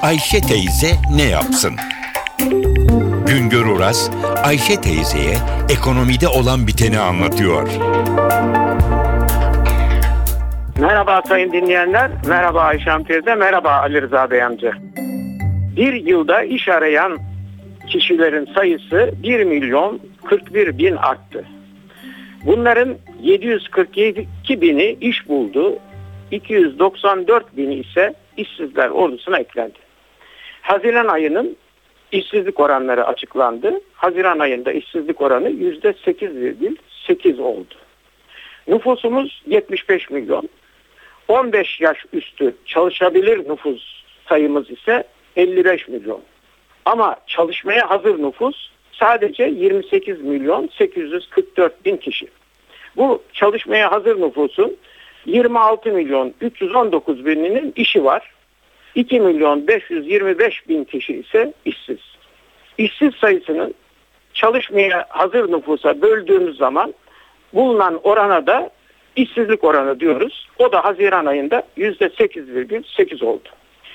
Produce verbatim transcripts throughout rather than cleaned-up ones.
Ayşe teyze ne yapsın? Güngör Oras, Ayşe teyzeye ekonomide olan biteni anlatıyor. Merhaba sayın dinleyenler, merhaba Ayşe teyze, merhaba Ali Rıza Bey amca. Bir yılda iş arayan kişilerin sayısı bir milyon kırk bir bin arttı. Bunların yedi yüz kırk iki bini iş buldu, iki yüz doksan dört bini ise işsizler ordusuna eklendi. Haziran ayının işsizlik oranları açıklandı. Haziran ayında işsizlik oranı yüzde sekiz virgül sekiz oldu. Nüfusumuz yetmiş beş milyon. on beş yaş üstü çalışabilir nüfus sayımız ise elli beş milyon. Ama çalışmaya hazır nüfus sadece yirmi sekiz milyon sekiz yüz kırk dört bin kişi. Bu çalışmaya hazır nüfusun yirmi altı milyon üç yüz on dokuz bininin işi var. iki milyon beş yüz yirmi beş bin kişi ise işsiz. İşsiz sayısının çalışmaya hazır nüfusa böldüğümüz zaman bulunan orana da işsizlik oranı diyoruz. O da Haziran ayında yüzde sekiz virgül sekiz oldu.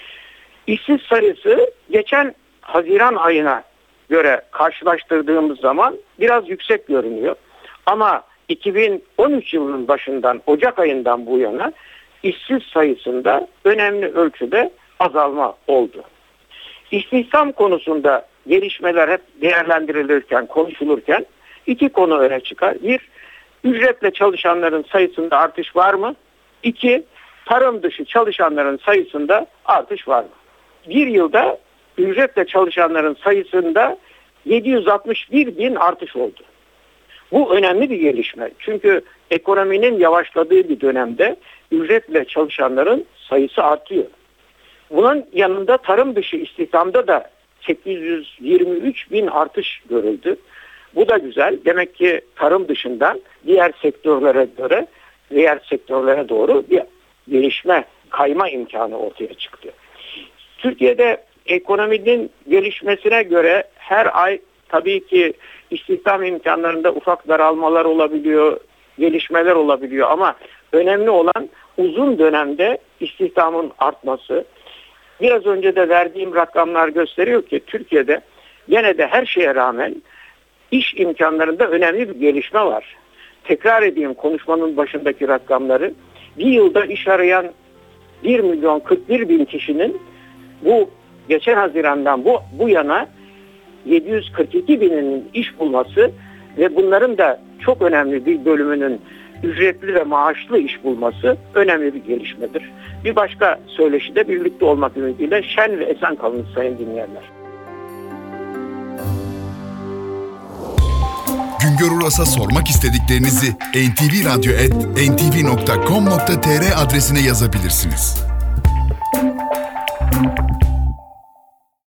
İşsiz sayısı geçen Haziran ayına göre karşılaştırdığımız zaman biraz yüksek görünüyor. Ama iki bin on üç yılının başından Ocak ayından bu yana işsiz sayısında önemli ölçüde azalma oldu. İstihdam konusunda gelişmeler hep değerlendirilirken, konuşulurken iki konu öne çıkar. Bir, ücretle çalışanların sayısında artış var mı? İki, tarım dışı çalışanların sayısında artış var mı? Bir yılda ücretle çalışanların sayısında yedi yüz altmış bir bin artış oldu. Bu önemli bir gelişme. Çünkü ekonominin yavaşladığı bir dönemde ücretle çalışanların sayısı artıyor. Bunun yanında tarım dışı istihdamda da sekiz yüz yirmi üç bin artış görüldü. Bu da güzel. Demek ki tarım dışından diğer sektörlere göre, diğer sektörlere doğru bir gelişme, kayma imkanı ortaya çıktı. Türkiye'de ekonominin gelişmesine göre her ay tabii ki istihdam imkanlarında ufak daralmalar olabiliyor, gelişmeler olabiliyor ama önemli olan uzun dönemde istihdamın artması. Biraz önce de verdiğim rakamlar gösteriyor ki Türkiye'de gene de her şeye rağmen iş imkanlarında önemli bir gelişme var. Tekrar edeyim konuşmanın başındaki rakamları. Bir yılda iş arayan bir milyon kırk bir bin kişinin bu geçen Haziran'dan bu, bu yana yedi yüz kırk iki bininin iş bulması ve bunların da çok önemli bir bölümünün ücretli ve maaşlı iş bulması önemli bir gelişmedir. Bir başka söyleşide birlikte olmak ümidiyle şen ve esen kalın sayın dinleyenler. Güngör Uras'a sormak istediklerinizi en ti vi radyo et en ti vi nokta com nokta tr adresine yazabilirsiniz.